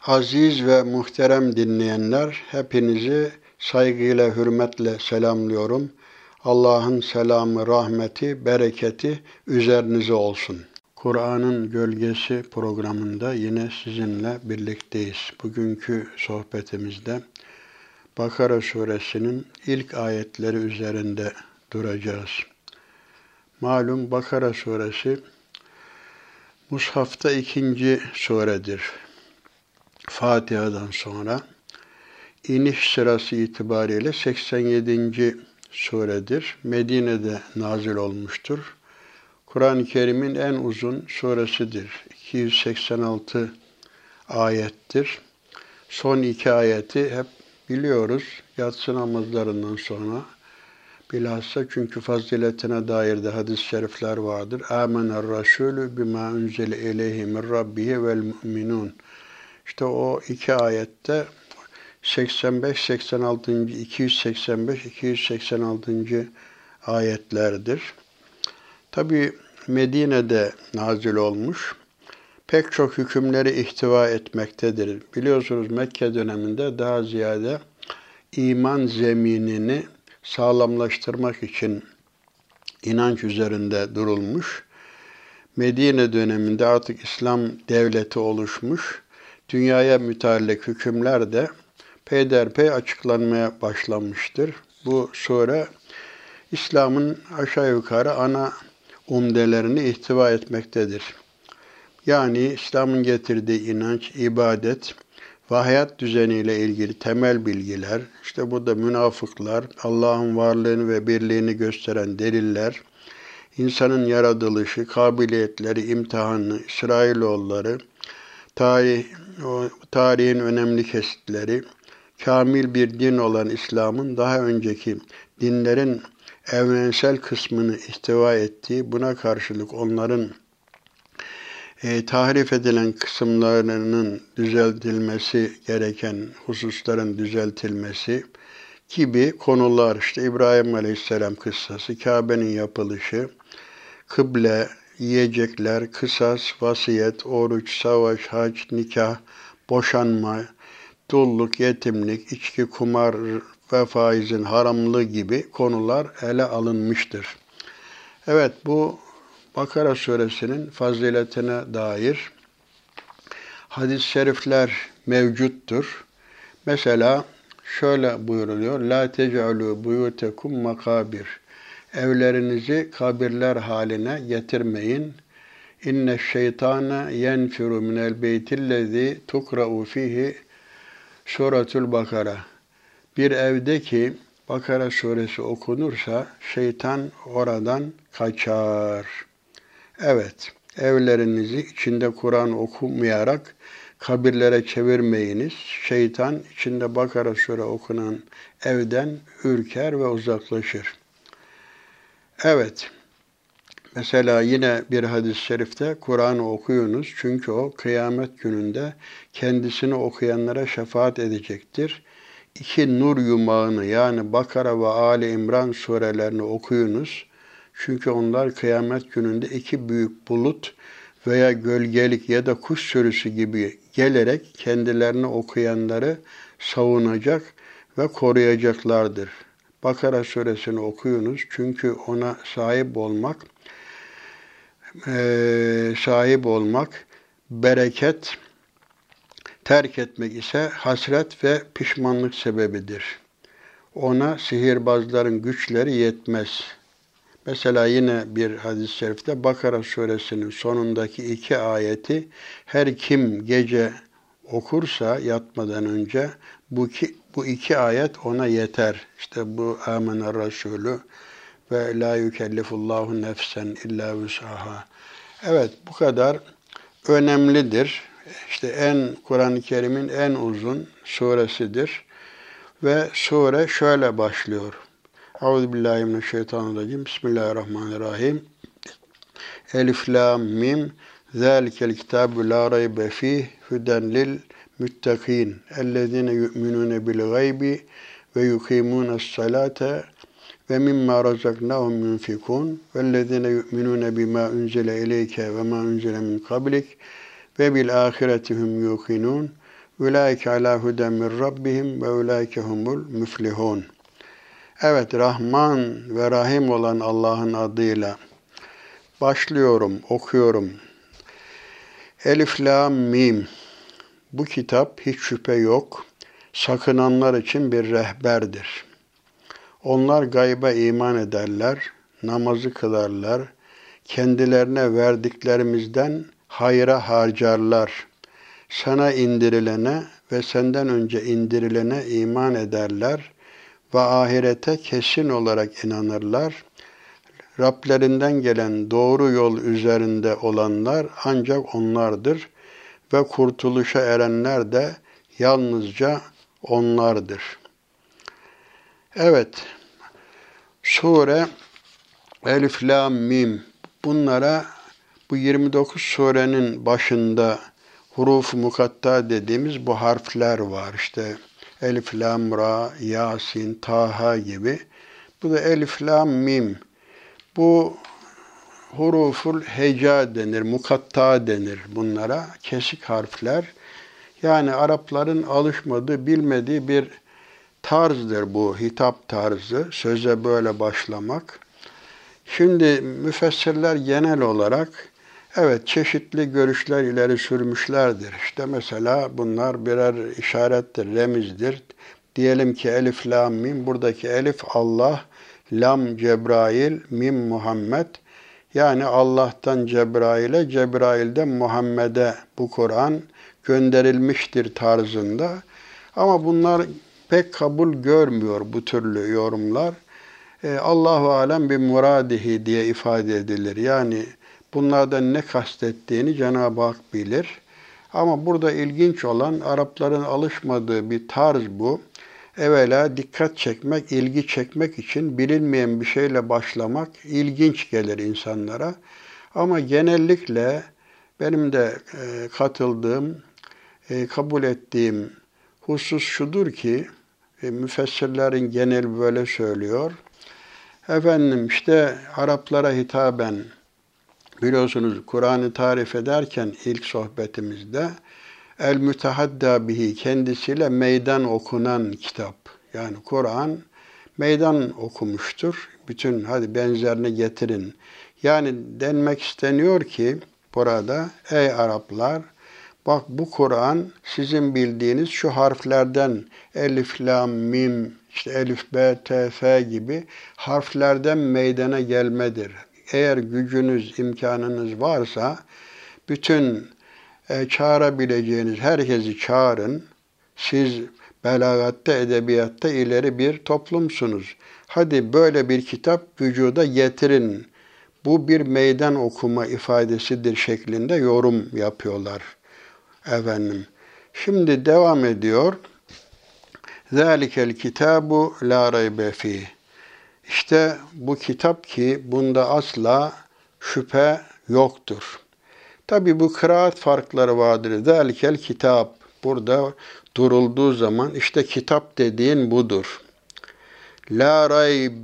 Aziz ve muhterem dinleyenler, hepinizi saygıyla, hürmetle selamlıyorum. Allah'ın selamı, rahmeti, bereketi üzerinize olsun. Kur'an'ın Gölgesi programında yine sizinle birlikteyiz. Bugünkü sohbetimizde Bakara suresinin ilk ayetleri üzerinde duracağız. Malum Bakara suresi Mushaf'ta ikinci suredir. Fatiha'dan sonra iniş sırası itibariyle 87. suredir. Medine'de nazil olmuştur. Kur'an-ı Kerim'in en uzun suresidir. 286 ayettir. Son iki ayeti hep biliyoruz. Yatsı namazlarından sonra bilhassa çünkü faziletine dair de hadis-i şerifler vardır. Âmener rasûlü bimâ unzile ileyhi min rabbihi vel mu'minûn. İşte o iki ayette 85, 86, 285, 286. ayetlerdir. Tabi Medine'de nazil olmuş. Pek çok hükümleri ihtiva etmektedir. Biliyorsunuz Mekke döneminde daha ziyade iman zeminini sağlamlaştırmak için inanç üzerinde durulmuş. Medine döneminde artık İslam devleti oluşmuş. Dünyaya müteallik hükümler de peyderpey açıklanmaya başlanmıştır. Bu sure İslam'ın aşağı yukarı ana umdelerini ihtiva etmektedir. Yani İslam'ın getirdiği inanç, ibadet ve hayat düzeniyle ilgili temel bilgiler, işte burada münafıklar, Allah'ın varlığını ve birliğini gösteren deliller, insanın yaratılışı, kabiliyetleri, imtihanı, İsrailoğulları, tarihin önemli kesitleri, kamil bir din olan İslam'ın daha önceki dinlerin evrensel kısmını ihtiva ettiği, buna karşılık onların tahrif edilen kısımlarının düzeltilmesi gereken hususların düzeltilmesi gibi konular, işte İbrahim Aleyhisselam kıssası, Kabe'nin yapılışı, kıble, yiyecekler, kısas, vasiyet, oruç, savaş, hac, nikah, boşanma, dulluk, yetimlik, içki, kumar ve faizin haramlığı gibi konular ele alınmıştır. Evet, bu Bakara suresinin faziletine dair hadis-i şerifler mevcuttur. Mesela şöyle buyuruluyor: La tec'alû buyutekum makabir. Evlerinizi kabirler haline getirmeyin. İnne şeytane yenfiru minel beytillezî tukra'u fihi Suratul Bakara. Bir evde ki Bakara suresi okunursa şeytan oradan kaçar. Evet, evlerinizi içinde Kur'an okumayarak kabirlere çevirmeyiniz. Şeytan içinde Bakara suresi okunan evden ürker ve uzaklaşır. Evet, mesela yine bir hadis-i şerifte Kur'an'ı okuyunuz çünkü o kıyamet gününde kendisini okuyanlara şefaat edecektir. İki nur yumağını yani Bakara ve Ali İmran surelerini okuyunuz. Çünkü onlar kıyamet gününde iki büyük bulut veya gölgelik ya da kuş sürüsü gibi gelerek kendilerini okuyanları savunacak ve koruyacaklardır. Bakara suresini okuyunuz çünkü ona sahip olmak bereket, terk etmek ise hasret ve pişmanlık sebebidir. Ona sihirbazların güçleri yetmez. Mesela yine bir hadis-i şerifte Bakara suresinin sonundaki iki ayeti her kim gece okursa yatmadan önce bu iki ayet ona yeter. İşte bu âmener rasûlü ve lâ yükellifullahu nefsen illâ vus'aha. Evet, bu kadar önemlidir. İşte Kur'an-ı Kerim'in en uzun suresidir. Ve sure şöyle başlıyor. Euzubillahimineşşeytanirracim. Bismillahirrahmanirrahim. Elif, lam, mim. Zâlikel kitâbü lâ raybe fîh hüden lil müttekîn. Ellezîne yu'minûne bil gaybi ve yukîmûne's-salâte ve mimmâ razaknâhum yunfikûn. Vellezîne yu'minûne bimâ unzile ileyke ve mâ unzile min kablik ve bil âhireti hum yuqinûn. Ulaike ala huden min rabbihim ve ulaike humul müflihun. Evet, Rahman ve Rahim olan Allah'ın adıyla başlıyorum, okuyorum. Elif, Lam, Mim. Bu kitap hiç şüphe yok, sakınanlar için bir rehberdir. Onlar gayba iman ederler, namazı kılarlar, kendilerine verdiklerimizden hayra harcarlar. Sana indirilene ve senden önce indirilene iman ederler ve ahirete kesin olarak inanırlar. Rablerinden gelen doğru yol üzerinde olanlar ancak onlardır ve kurtuluşa erenler de yalnızca onlardır. Evet, sure Elif, Lam, Mim. Bunlara bu 29 surenin başında huruf-u mukatta dediğimiz bu harfler var. İşte Elif, Lam, Ra, Yasin, Taha gibi. Bu da Elif, Lam, Mim. Bu huruful heca denir, mukatta denir bunlara. Kesik harfler. Yani Arapların alışmadığı, bilmediği bir tarzdır bu, hitap tarzı. Söze böyle başlamak. Şimdi müfessirler genel olarak evet çeşitli görüşler ileri sürmüşlerdir. İşte mesela bunlar birer işarettir, remizdir. Diyelim ki Elif, Lam, Mim. Buradaki Elif Allah, Lam Cebrail, Mim Muhammed. Yani Allah'tan Cebrail'e, Cebrail'den Muhammed'e bu Kur'an gönderilmiştir tarzında. Ama bunlar pek kabul görmüyor bu türlü yorumlar. Allahu alem bi muradihi diye ifade edilir. Yani bunlardan ne kastettiğini Cenab-ı Hak bilir. Ama burada ilginç olan Arapların alışmadığı bir tarz bu. Evvela dikkat çekmek, ilgi çekmek için bilinmeyen bir şeyle başlamak ilginç gelir insanlara. Ama genellikle benim de katıldığım, kabul ettiğim husus şudur ki, müfessirlerin genel böyle söylüyor. Efendim işte Araplara hitaben, biliyorsunuz Kur'an'ı tarif ederken ilk sohbetimizde el mütehadda bihi, kendisiyle meydan okunan kitap. Yani Kur'an meydan okumuştur. Bütün hadi benzerini getirin. Yani denmek isteniyor ki burada ey Araplar, bak bu Kur'an sizin bildiğiniz şu harflerden elif, lam, mim, işte elif, b, t, f gibi harflerden meydana gelmedir. Eğer gücünüz, imkanınız varsa bütün çağırabileceğiniz herkesi çağırın. Siz belagatta, edebiyatta ileri bir toplumsunuz. Hadi böyle bir kitap vücuda getirin. Bu bir meydan okuma ifadesidir şeklinde yorum yapıyorlar. Efendim. Şimdi devam ediyor. Zalikel kitabu la raybe fih. İşte bu kitap ki bunda asla şüphe yoktur. Tabi bu kıraat farkları vardır. Zalikel kitap. Burada durulduğu zaman işte kitap dediğin budur. La raybe,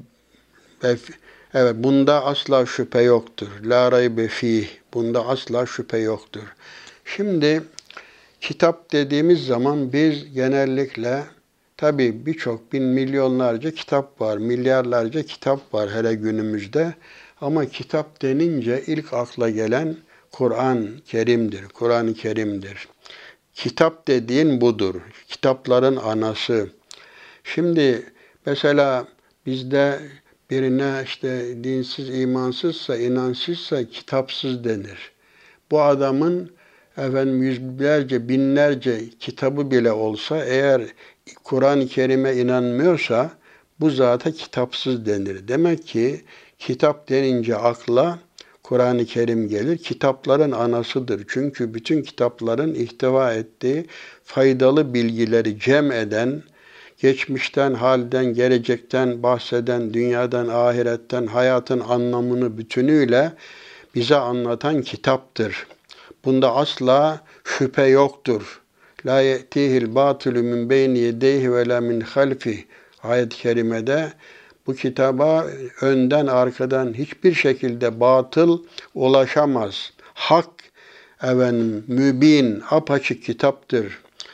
evet bunda asla şüphe yoktur. La raybe fih. Bunda asla şüphe yoktur. Şimdi kitap dediğimiz zaman biz genellikle tabii birçok bin milyonlarca kitap var, milyarlarca kitap var hele günümüzde. Ama kitap denince ilk akla gelen Kur'an-ı Kerim'dir. Kur'an-ı Kerim'dir. Kitap dediğin budur. Kitapların anası. Şimdi mesela bizde birine işte dinsiz, imansızsa, inansızsa kitapsız denir. Bu adamın yüzlerce, binlerce kitabı bile olsa eğer Kur'an-ı Kerim'e inanmıyorsa bu zata kitapsız denir. Demek ki kitap denince akla Kur'an-ı Kerim gelir. Kitapların anasıdır. Çünkü bütün kitapların ihtiva ettiği faydalı bilgileri cem eden, geçmişten, halden, gelecekten bahseden, dünyadan, ahiretten, hayatın anlamını bütünüyle bize anlatan kitaptır. Bunda asla şüphe yoktur. La ye'tihil batilu min beyni yedeyhi ve la min halfi. Ayet-i kerimede bu kitaba önden arkadan hiçbir şekilde batıl ulaşamaz. Hak mübin, apaçık kitaptır.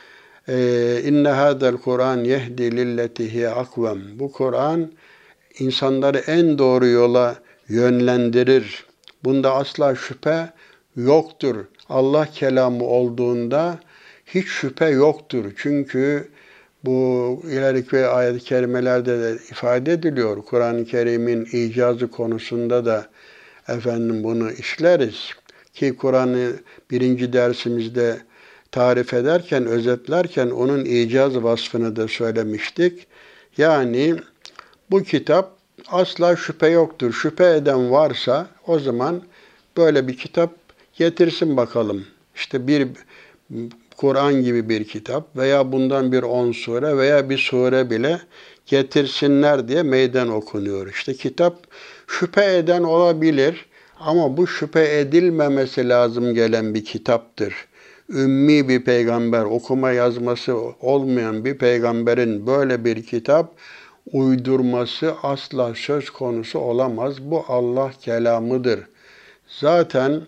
İnne hâzel Kur'an yehdi lilleti hiye akvem. Bu Kur'an insanları en doğru yola yönlendirir. Bunda asla şüphe yoktur. Allah kelamı olduğunda hiç şüphe yoktur. Çünkü bu ileriki ayet-i kerimelerde de ifade ediliyor. Kur'an-ı Kerim'in icazı konusunda da bunu işleriz. Ki Kur'an'ı birinci dersimizde tarif ederken, özetlerken onun icaz vasfını da söylemiştik. Yani bu kitap asla şüphe yoktur. Şüphe eden varsa o zaman böyle bir kitap getirsin bakalım. İşte bir Kur'an gibi bir kitap veya bundan bir 10 sure veya bir sure bile getirsinler diye meydan okunuyor. İşte kitap şüphe eden olabilir ama bu şüphe edilmemesi lazım gelen bir kitaptır. Ümmi bir peygamber, okuma yazması olmayan bir peygamberin böyle bir kitap uydurması asla söz konusu olamaz. Bu Allah kelamıdır. Zaten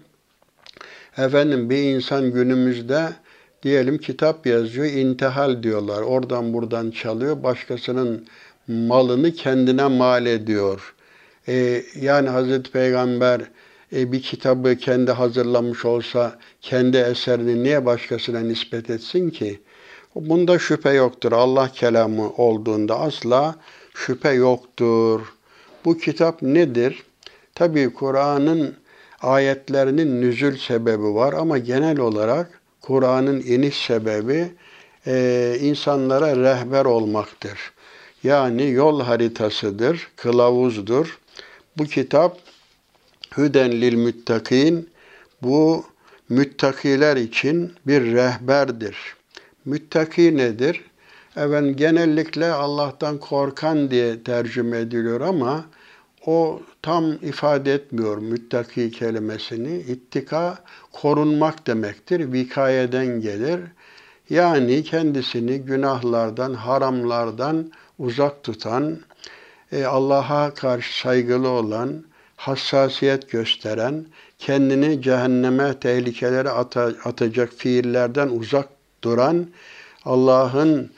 bir insan günümüzde diyelim kitap yazıyor, intihal diyorlar. Oradan buradan çalıyor, başkasının malını kendine mal ediyor. Yani Hazreti Peygamber bir kitabı kendi hazırlamış olsa kendi eserini niye başkasına nispet etsin ki? Bunda şüphe yoktur. Allah kelamı olduğunda asla şüphe yoktur. Bu kitap nedir? Tabii Kur'an'ın ayetlerinin nüzul sebebi var ama genel olarak Kur'an'ın iniş sebebi insanlara rehber olmaktır. Yani yol haritasıdır, kılavuzdur. Bu kitap Hüden lil müttakin, bu müttakiler için bir rehberdir. Müttaki nedir? Genellikle Allah'tan korkan diye tercüme ediliyor ama o tam ifade etmiyor müttaki kelimesini. İttika korunmak demektir. Vikayeden gelir. Yani kendisini günahlardan, haramlardan uzak tutan, Allah'a karşı saygılı olan, hassasiyet gösteren, kendini cehenneme, tehlikelere atacak fiillerden uzak duran, Allah'ın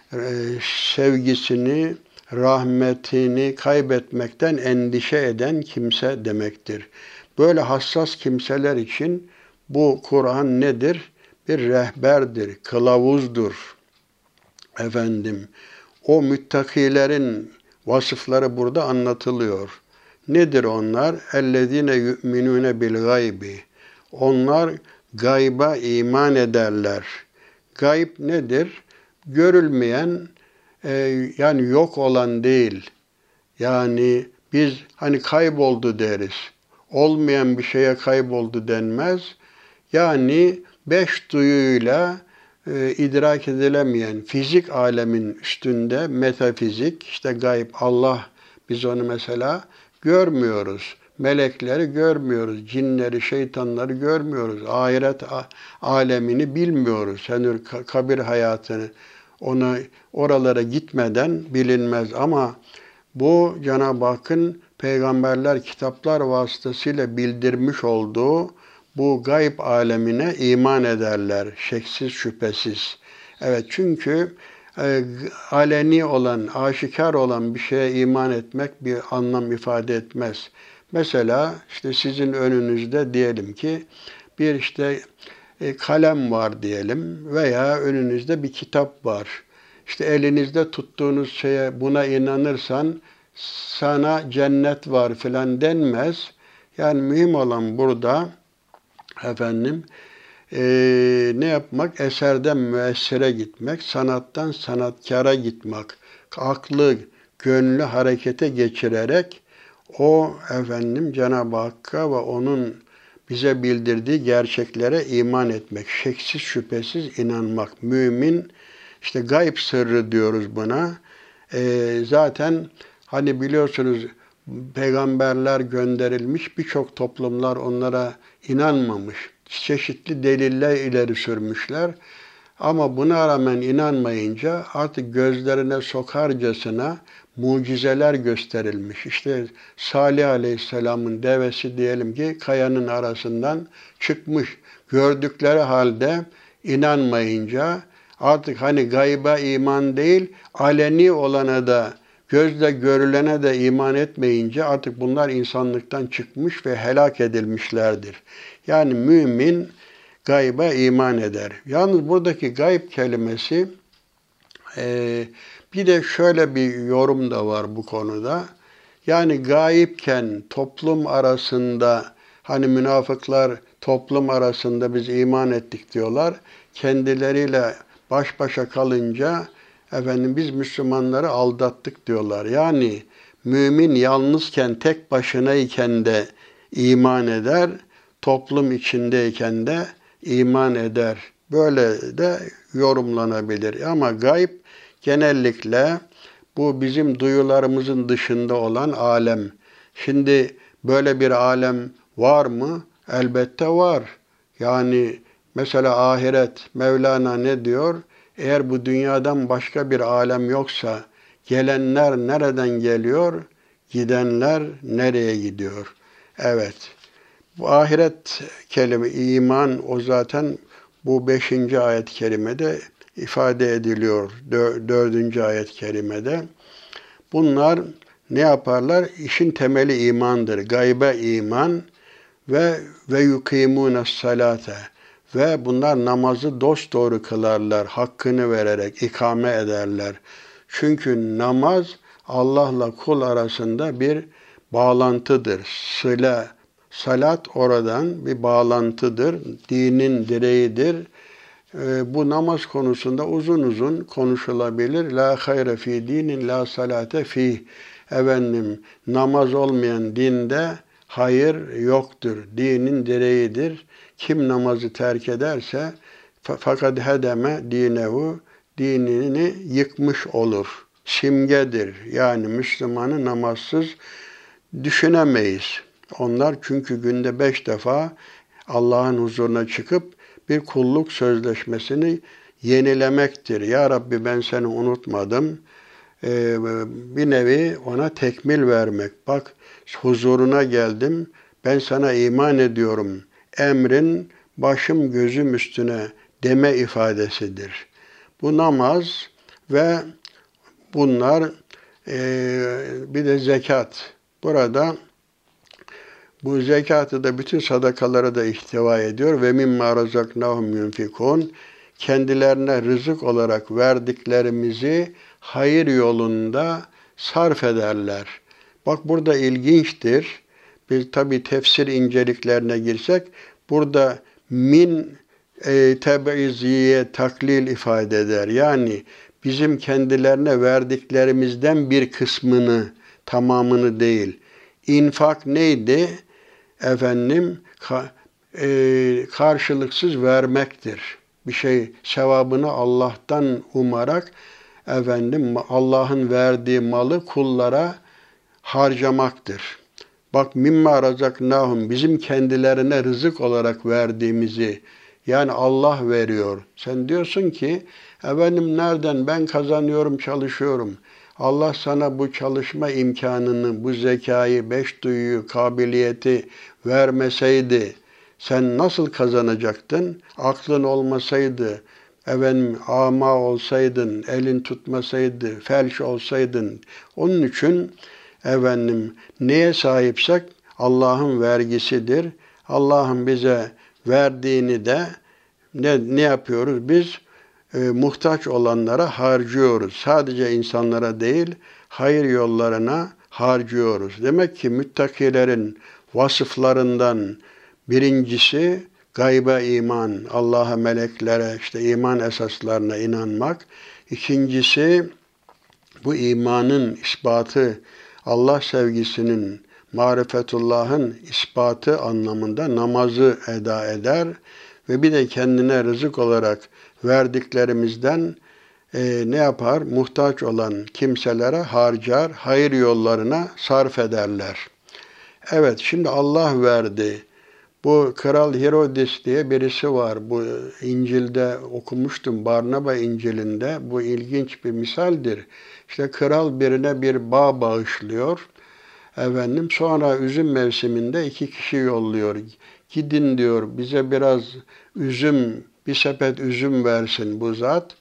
sevgisini, rahmetini kaybetmekten endişe eden kimse demektir. Böyle hassas kimseler için bu Kur'an nedir? Bir rehberdir, kılavuzdur. O müttakilerin vasıfları burada anlatılıyor. Nedir onlar? اَلَّذ۪ينَ يُؤْمِنُونَ بِالْغَيْبِ. Onlar gayba iman ederler. Gayb nedir? Görülmeyen, yani yok olan değil. Yani biz kayboldu deriz. Olmayan bir şeye kayboldu denmez. Yani 5 duyuyla idrak edilemeyen fizik alemin üstünde metafizik, işte gayb, Allah, biz onu mesela görmüyoruz. Melekleri görmüyoruz, cinleri, şeytanları görmüyoruz. Ahiret alemini bilmiyoruz. Henüz kabir hayatını oralara gitmeden bilinmez ama bu Cenab-ı Hakk'ın peygamberler, kitaplar vasıtasıyla bildirmiş olduğu bu gayb alemine iman ederler. Şeksiz, şüphesiz. Evet, çünkü aleni olan, aşikar olan bir şeye iman etmek bir anlam ifade etmez. Mesela işte sizin önünüzde diyelim ki bir kalem var diyelim veya önünüzde bir kitap var. İşte elinizde tuttuğunuz şeye buna inanırsan sana cennet var filan denmez. Yani mühim olan burada ne yapmak? Eserden müessire gitmek, sanattan sanatkara gitmek. Aklı, gönlü harekete geçirerek Cenab-ı Hakk'a ve onun bize bildirdiği gerçeklere iman etmek. Şeksiz şüphesiz inanmak. Mümin, işte gayb sırrı diyoruz buna. Zaten biliyorsunuz peygamberler gönderilmiş, birçok toplumlar onlara inanmamış. Çeşitli deliller ileri sürmüşler. Ama buna rağmen inanmayınca artık gözlerine sokarcasına mucizeler gösterilmiş. İşte Salih Aleyhisselam'ın devesi diyelim ki kayanın arasından çıkmış. Gördükleri halde inanmayınca Artık hani gayba iman değil, aleni olana da, gözle görülene de iman etmeyince artık bunlar insanlıktan çıkmış ve helak edilmişlerdir. Yani mümin gayba iman eder. Yalnız buradaki gayb kelimesi, bir de şöyle bir yorum da var bu konuda. Yani gayipken toplum arasında, hani münafıklar toplum arasında biz iman ettik diyorlar. Kendileriyle baş başa kalınca biz Müslümanları aldattık diyorlar. Yani mümin yalnızken, tek başınayken de iman eder, toplum içindeyken de iman eder. Böyle de yorumlanabilir. Ama gayb genellikle bu bizim duyularımızın dışında olan alem. Şimdi böyle bir alem var mı? Elbette var. Yani mesela ahiret, Mevlana ne diyor? Eğer bu dünyadan başka bir alem yoksa gelenler nereden geliyor? Gidenler nereye gidiyor? Evet. Bu ahiret kelime, iman o zaten bu 5. ayet-i kerimede ifade ediliyor. 4. ayet-i kerimede. Bunlar ne yaparlar? İşin temeli imandır. Gaybe iman ve yukimûnes salate. Ve bunlar namazı dosdoğru kılarlar, hakkını vererek ikame ederler. Çünkü namaz Allah'la kul arasında bir bağlantıdır. Sıla, salat oradan bir bağlantıdır. Dinin direğidir. Bu namaz konusunda uzun uzun konuşulabilir. La hayre fi dinin la salate fi. Namaz olmayan dinde hayır yoktur. Dinin direğidir. Kim namazı terk ederse fakat hedeme dinehu, dinini yıkmış olur. Simgedir. Yani Müslümanı namazsız düşünemeyiz. Onlar çünkü günde 5 defa Allah'ın huzuruna çıkıp bir kulluk sözleşmesini yenilemektir. Ya Rabbi ben seni unutmadım. Bir nevi ona tekmil vermek. Bak huzuruna geldim. Ben sana iman ediyorum. Emrin başım gözüm üstüne deme ifadesidir. Bu namaz ve bunlar bir de zekat. Burada bu zekatı da bütün sadakaları da ihtiva ediyor. Ve mimma razaknahum yunfikun. Kendilerine rızık olarak verdiklerimizi hayır yolunda sarf ederler. Bak burada ilginçtir. Biz tabi tefsir inceliklerine girsek, burada min teb'iziye taklil ifade eder. Yani bizim kendilerine verdiklerimizden bir kısmını, tamamını değil. İnfak neydi? Karşılıksız vermektir. Bir şey sevabını Allah'tan umarak Allah'ın verdiği malı kullara harcamaktır. Bak mimma razaknahum, bizim kendilerine rızık olarak verdiğimizi, yani Allah veriyor. Sen diyorsun ki nereden ben kazanıyorum, çalışıyorum. Allah sana bu çalışma imkanını, bu zekayı, 5 duyuyu, kabiliyeti vermeseydi sen nasıl kazanacaktın? Aklın olmasaydı, ama olsaydın, elin tutmasaydı, felç olsaydın. Onun için neye sahipsek Allah'ın vergisidir. Allah'ın bize verdiğini de ne yapıyoruz? Biz muhtaç olanlara harcıyoruz. Sadece insanlara değil, hayır yollarına harcıyoruz. Demek ki müttakilerin vasıflarından birincisi gaybe iman, Allah'a, meleklere, iman esaslarına inanmak. İkincisi bu imanın ispatı, Allah sevgisinin, marifetullah'ın ispatı anlamında namazı eda eder ve bir de kendine rızık olarak verdiklerimizden ne yapar? Muhtaç olan kimselere harcar, hayır yollarına sarf ederler. Evet, şimdi Allah verdi. Bu Kral Herodes diye birisi var. Bu İncil'de okumuştum, Barnaba İncil'inde. Bu ilginç bir misaldir. Kral birine bir bağ bağışlıyor. Sonra üzüm mevsiminde 2 kişi yolluyor. Gidin diyor, bize biraz üzüm, bir sepet üzüm versin bu zat.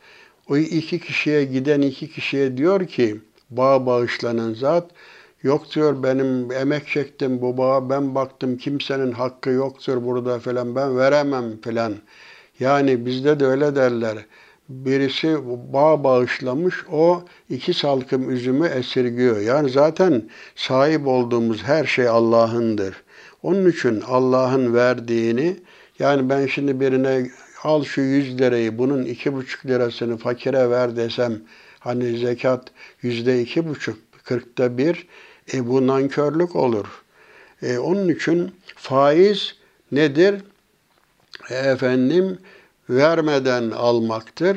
O iki kişiye giden iki kişiye diyor ki, bağa bağışlanan zat, yok diyor benim emek çektim bu bağa, ben baktım kimsenin hakkı yoktur burada falan, ben veremem falan. Yani bizde de öyle derler. Birisi bağ bağışlamış, o iki salkım üzümü esirgiyor. Yani zaten sahip olduğumuz her şey Allah'ındır. Onun için Allah'ın verdiğini, yani ben şimdi birine al şu 100 lirayı, bunun 2,5 lirasını fakire ver desem, hani zekat %2,5, 1/40, bu nankörlük olur. Onun için faiz nedir? Vermeden almaktır.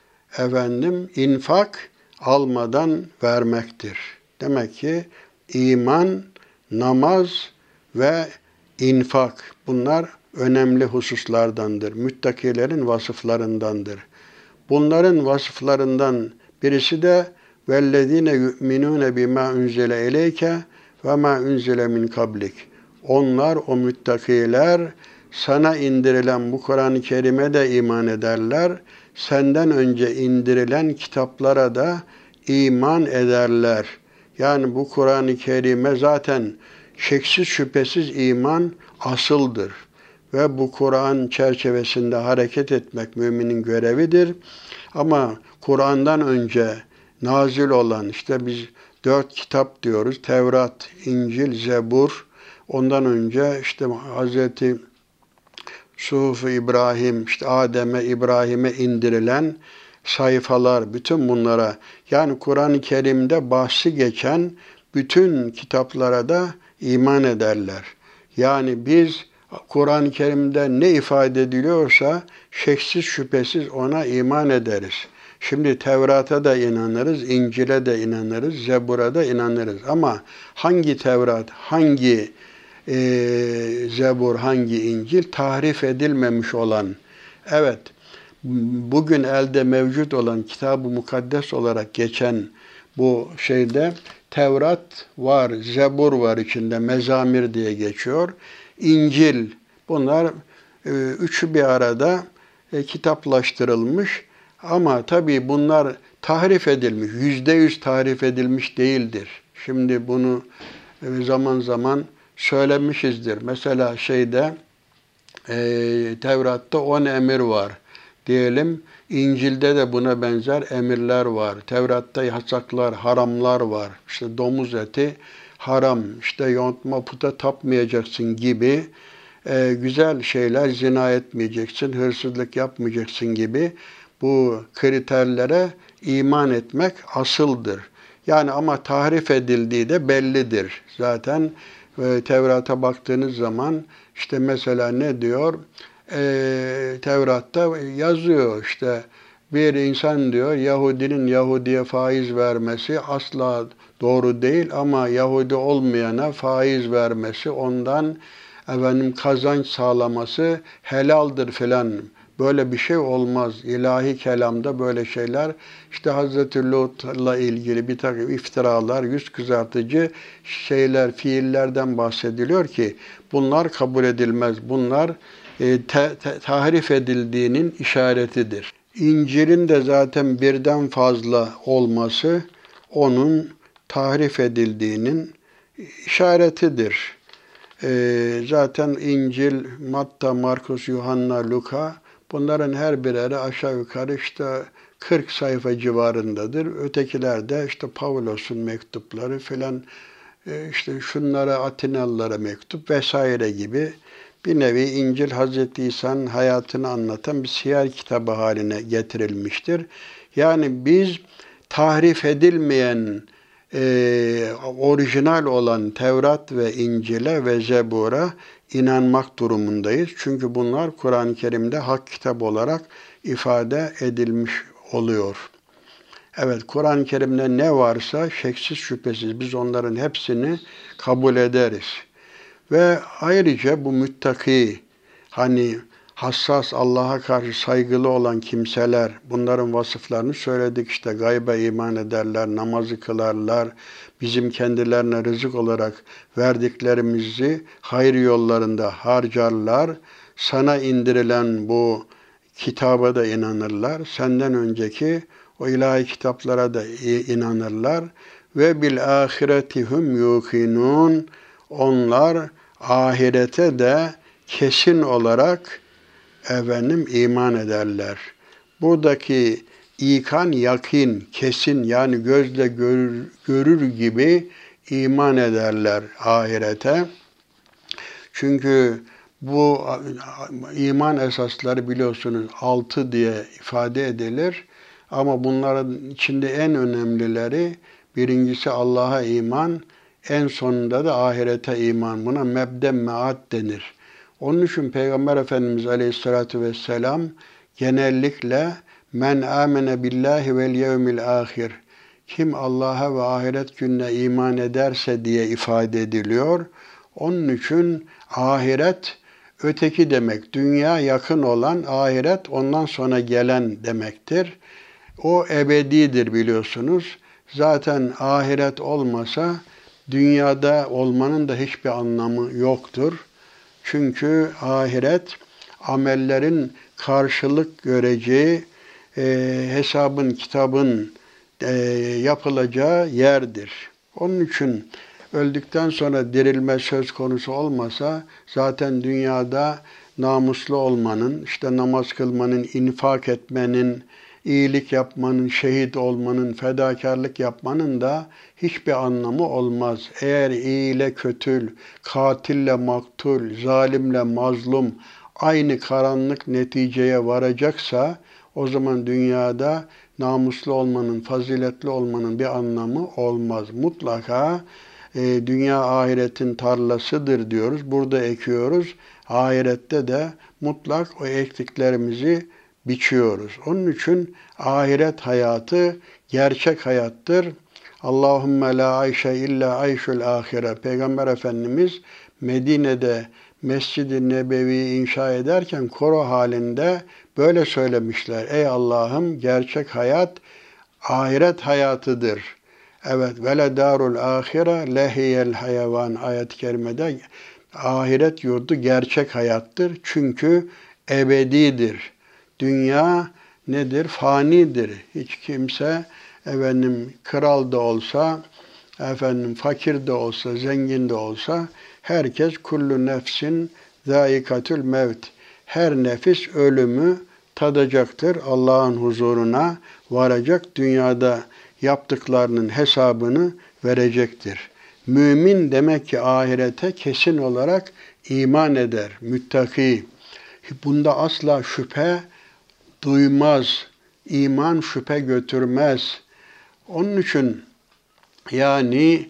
İnfak almadan vermektir. Demek ki iman, namaz ve infak, bunlar önemli hususlardandır. Müttakilerin vasıflarındandır. Bunların vasıflarından birisi de vellezine yu'minune bima unzile ileyke ve ma unzile min kablik. Onlar, o müttakiler, sana indirilen bu Kur'an-ı Kerim'e de iman ederler. Senden önce indirilen kitaplara da iman ederler. Yani bu Kur'an-ı Kerim'e zaten şeksiz şüphesiz iman asıldır. Ve bu Kur'an çerçevesinde hareket etmek müminin görevidir. Ama Kur'an'dan önce nazil olan, işte biz 4 kitap diyoruz. Tevrat, İncil, Zebur. Ondan önce işte Hazreti Suhuf-u İbrahim, işte Adem'e, İbrahim'e indirilen sayfalar, bütün bunlara, yani Kur'an-ı Kerim'de bahsi geçen bütün kitaplara da iman ederler. Yani biz Kur'an-ı Kerim'de ne ifade ediliyorsa şeksiz şüphesiz ona iman ederiz. Şimdi Tevrat'a da inanırız, İncil'e de inanırız, Zebur'a da inanırız. Ama hangi Tevrat, hangi Zebur, hangi İncil tahrif edilmemiş olan, evet, bugün elde mevcut olan Kitab-ı Mukaddes olarak geçen bu şeyde Tevrat var, Zebur var, içinde Mezamir diye geçiyor. İncil, bunlar üçü bir arada kitaplaştırılmış, ama tabii bunlar tahrif edilmiş, %100 tahrif edilmiş değildir. Şimdi bunu zaman zaman söylemişizdir. Mesela Tevrat'ta 10 emir var diyelim. İncil'de de buna benzer emirler var. Tevrat'ta yasaklar, haramlar var. İşte domuz eti haram, işte yontma puta tapmayacaksın gibi güzel şeyler, zina etmeyeceksin, hırsızlık yapmayacaksın gibi bu kriterlere iman etmek asıldır. Yani ama tahrif edildiği de bellidir. Zaten Tevrat'a baktığınız zaman işte mesela ne diyor? Tevrat'ta yazıyor, işte bir insan diyor Yahudinin Yahudi'ye faiz vermesi asla doğru değil, ama Yahudi olmayana faiz vermesi, ondan kazanç sağlaması helaldir filan. Böyle bir şey olmaz. İlahi kelamda böyle şeyler, işte Hazreti Lut'la ilgili bir takım iftiralar, yüz kızartıcı şeyler, fiillerden bahsediliyor ki bunlar kabul edilmez. Bunlar tahrif edildiğinin işaretidir. İncil'in de zaten birden fazla olması onun tahrif edildiğinin işaretidir. Zaten İncil, Matta, Markus, Yuhanna, Luka, bunların her bireri aşağı yukarı işte 40 sayfa civarındadır. Ötekiler de işte Pavlos'un mektupları filan, işte şunlara, Atinalılara mektup vesaire gibi bir nevi İncil, Hazreti İsa'nın hayatını anlatan bir siyer kitabı haline getirilmiştir. Yani biz tahrif edilmeyen, orijinal olan Tevrat ve İncil'e ve Zebur'a inanmak durumundayız. Çünkü bunlar Kur'an-ı Kerim'de hak kitap olarak ifade edilmiş oluyor. Evet, Kur'an-ı Kerim'de ne varsa şeksiz şüphesiz biz onların hepsini kabul ederiz. Ve ayrıca bu müttaki, hani hassas, Allah'a karşı saygılı olan kimseler, bunların vasıflarını söyledik. İşte gaybe iman ederler, namazı kılarlar, bizim kendilerine rızık olarak verdiklerimizi hayır yollarında harcarlar. Sana indirilen bu kitaba da inanırlar. Senden önceki o ilahi kitaplara da inanırlar. Ve bil ahiretihum yuqinun. Onlar ahirete de kesin olarak iman ederler. Buradaki ikan, yakin, kesin yani gözle görür gibi iman ederler ahirete. Çünkü bu iman esasları biliyorsunuz 6 diye ifade edilir. Ama bunların içinde en önemlileri birincisi Allah'a iman, en sonunda da ahirete iman. Buna mebde mead denir. Onun için Peygamber Efendimiz Aleyhisselatü Vesselam genellikle men amene billahi vel yevmil ahir, kim Allah'a ve ahiret gününe iman ederse diye ifade ediliyor. Onun için ahiret öteki demek. Dünya yakın olan, ahiret ondan sonra gelen demektir. O ebedidir biliyorsunuz. Zaten ahiret olmasa dünyada olmanın da hiçbir anlamı yoktur. Çünkü ahiret amellerin karşılık göreceği, hesabın, kitabın yapılacağı yerdir. Onun için öldükten sonra dirilme söz konusu olmasa zaten dünyada namuslu olmanın, işte namaz kılmanın, infak etmenin, iyilik yapmanın, şehit olmanın, fedakarlık yapmanın da hiçbir anlamı olmaz. Eğer iyi ile kötü, katille maktul, zalimle mazlum aynı karanlık neticeye varacaksa o zaman dünyada namuslu olmanın, faziletli olmanın bir anlamı olmaz. Mutlaka dünya ahiretin tarlasıdır diyoruz. Burada ekiyoruz. Ahirette de mutlak o ektiklerimizi biçiyoruz. Onun için ahiret hayatı gerçek hayattır. Allahümme la ayşe illa ayşul ahire. Peygamber Efendimiz Medine'de Mescid-i Nebevi inşa ederken koro halinde böyle söylemişler. Ey Allah'ım gerçek hayat ahiret hayatıdır. Evet, vele darul ahire lehiyel hayvan ayet-i kerimede ahiret yurdu gerçek hayattır. Çünkü ebedidir. Dünya nedir? Fanidir. Hiç kimse kral da olsa, fakir de olsa, zengin de olsa herkes kullu nefsin zâikatül mevt. Her nefis ölümü tadacaktır. Allah'ın huzuruna varacak. Dünyada yaptıklarının hesabını verecektir. Mümin demek ki ahirete kesin olarak iman eder. Müttaki. Bunda asla şüphe duymaz. İman şüphe götürmez. Onun için yani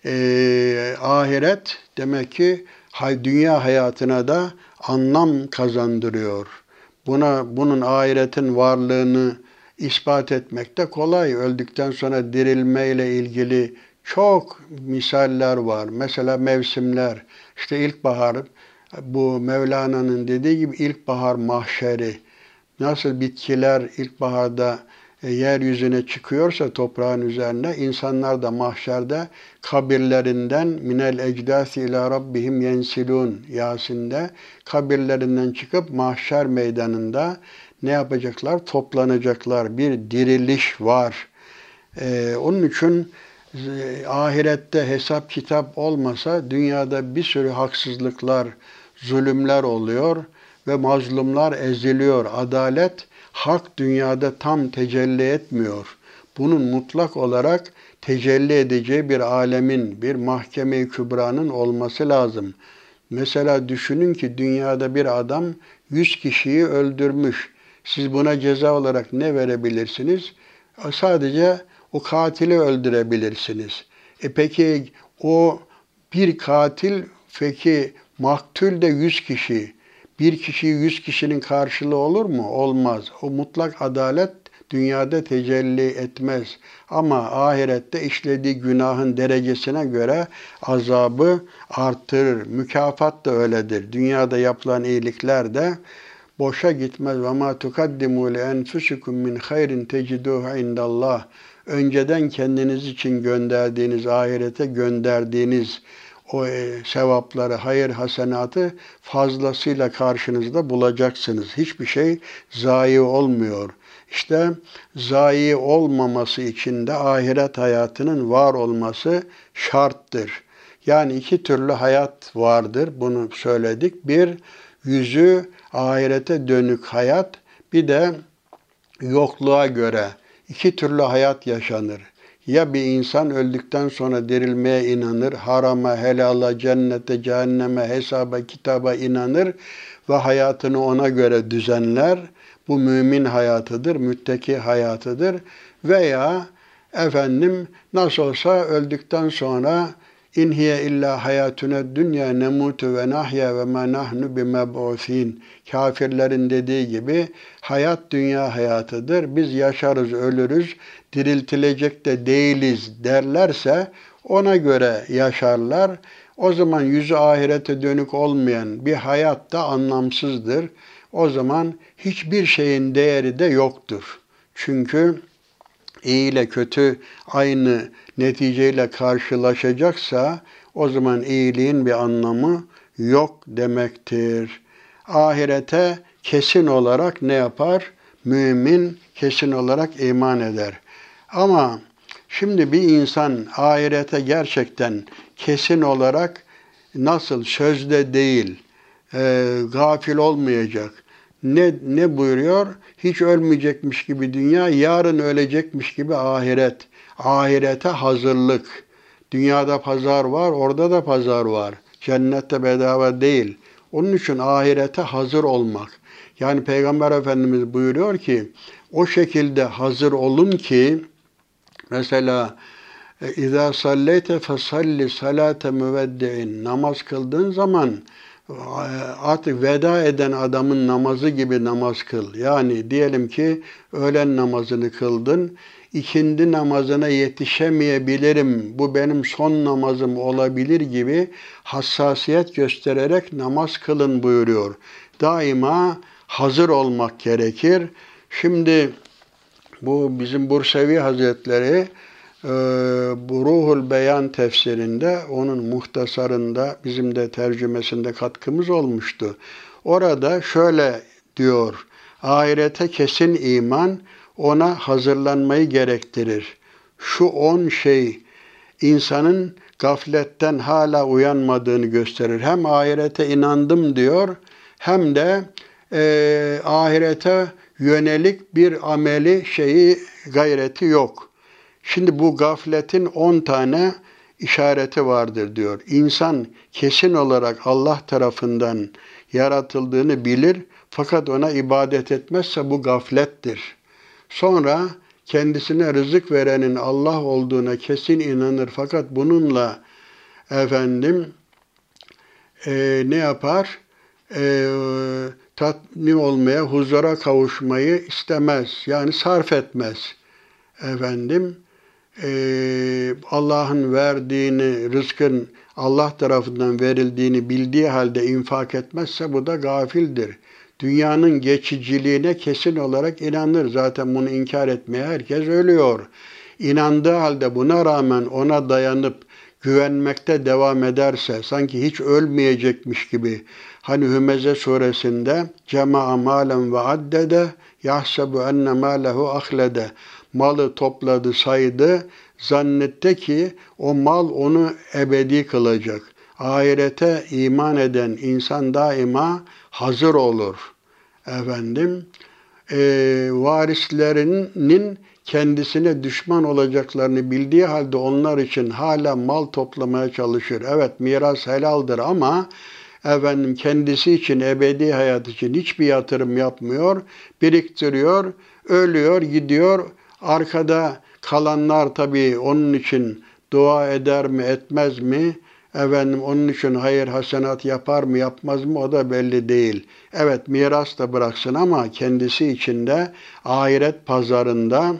ahiret demek ki dünya hayatına da anlam kazandırıyor. Bunun ahiretin varlığını ispat etmek de kolay. Öldükten sonra dirilmeyle ilgili çok misaller var. Mesela mevsimler, işte ilkbahar, bu Mevlana'nın dediği gibi ilkbahar mahşeri. Nasıl bitkiler ilkbaharda yeryüzüne çıkıyorsa toprağın üzerine, insanlar da mahşerde kabirlerinden minel ecdâsi ila rabbihim yensilûn Yasin'de kabirlerinden çıkıp mahşer meydanında ne yapacaklar? Toplanacaklar. Bir diriliş var. Onun için ahirette hesap kitap olmasa dünyada bir sürü haksızlıklar, zulümler oluyor ve mazlumlar eziliyor. Adalet, hak dünyada tam tecelli etmiyor. Bunun mutlak olarak tecelli edeceği bir alemin, bir mahkeme-i kübranın olması lazım. Mesela düşünün ki dünyada bir adam 100 kişiyi öldürmüş. Siz buna ceza olarak ne verebilirsiniz? Sadece o katili öldürebilirsiniz. Peki o bir katil, peki maktul de 100 kişi. Bir kişi 100 kişinin karşılığı olur mu? Olmaz. O mutlak adalet dünyada tecelli etmez. Ama ahirette işlediği günahın derecesine göre azabı artırır. Mükafat da öyledir. Dünyada yapılan iyilikler de boşa gitmez. وَمَا تُقَدِّمُوا لِأَنْفُسِكُمْ مِنْ خَيْرٍ تَجِدُوهُ عِنْدَ اللّٰهِ. Önceden kendiniz için gönderdiğiniz, ahirete gönderdiğiniz o sevapları, hayır hasenatı fazlasıyla karşınızda bulacaksınız. Hiçbir şey zayi olmuyor. İşte zayi olmaması için de ahiret hayatının var olması şarttır. Yani iki türlü hayat vardır. Bunu söyledik. Bir, yüzü ahirete dönük hayat. Bir de yokluğa göre iki türlü hayat yaşanır. Ya bir insan öldükten sonra dirilmeye inanır, harama, helala, cennete, cehenneme, hesaba, kitaba inanır ve hayatını ona göre düzenler. Bu mümin hayatıdır, müttaki hayatıdır. Veya nasıl olsa öldükten sonra İn hiye illa hayatuna dünya nemutu ve nahya ve ma nahnu bimeb'usin. Kafirlerin dediği gibi hayat dünya hayatıdır. Biz yaşarız, ölürüz, diriltilecek de değiliz derlerse ona göre yaşarlar. O zaman yüzü ahirete dönük olmayan bir hayat da anlamsızdır. O zaman hiçbir şeyin değeri de yoktur. Çünkü iyi ile kötü aynı neticeyle karşılaşacaksa o zaman iyiliğin bir anlamı yok demektir. Ahirete kesin olarak ne yapar? Mümin kesin olarak iman eder. Ama şimdi bir insan ahirete gerçekten kesin olarak nasıl sözde değil, gafil olmayacak. Ne buyuruyor? Hiç ölmeyecekmiş gibi dünya, yarın ölecekmiş gibi ahiret. Ahirete hazırlık. Dünyada pazar var, orada da pazar var. Cennette bedava değil. Onun için ahirete hazır olmak. Yani Peygamber Efendimiz buyuruyor ki, o şekilde hazır olun ki, mesela İzâ salleyte fesalli salâte müveddi'in. Namaz kıldığın zaman artık veda eden adamın namazı gibi namaz kıl. Yani diyelim ki öğlen namazını kıldın, ikindi namazına yetişemeyebilirim, bu benim son namazım olabilir gibi hassasiyet göstererek namaz kılın buyuruyor. Daima hazır olmak gerekir. Şimdi bu bizim Bursevi Hazretleri bu Ruhul Beyan tefsirinde, onun muhtasarında, bizim de tercümesinde katkımız olmuştu. Orada şöyle diyor, ahirete kesin iman ona hazırlanmayı gerektirir. Şu 10 şey insanın gafletten hala uyanmadığını gösterir. Hem ahirete inandım diyor, hem de ahirete yönelik bir ameli gayreti yok. Şimdi bu gafletin 10 tane işareti vardır diyor. İnsan kesin olarak Allah tarafından yaratıldığını bilir, fakat ona ibadet etmezse bu gaflettir. Sonra kendisine rızık verenin Allah olduğuna kesin inanır, fakat bununla ne yapar? Tatmin olmaya, huzura kavuşmayı istemez. Yani sarf etmez. Allah'ın verdiğini, rızkın Allah tarafından verildiğini bildiği halde infak etmezse bu da gafildir. Dünyanın geçiciliğine kesin olarak inanır. Zaten bunu inkar etmeye herkes ölüyor. İnandığı halde buna rağmen ona dayanıp güvenmekte devam ederse, sanki hiç ölmeyecekmiş gibi, hani Hümeze suresinde cema'a malen ve addede yahsebu enne malehu ahlede, malı topladı, saydı, zannetti ki o mal onu ebedi kılacak. Ahirete iman eden insan daima hazır olur. Varislerinin kendisine düşman olacaklarını bildiği halde onlar için hala mal toplamaya çalışır. Evet, miras helaldir ama kendisi için, ebedi hayat için hiçbir yatırım yapmıyor, biriktiriyor, ölüyor, gidiyor. Arkada kalanlar tabii onun için dua eder mi, etmez mi? Onun için hayır hasenat yapar mı, yapmaz mı, o da belli değil. Evet, miras da bıraksın ama kendisi için de ahiret pazarında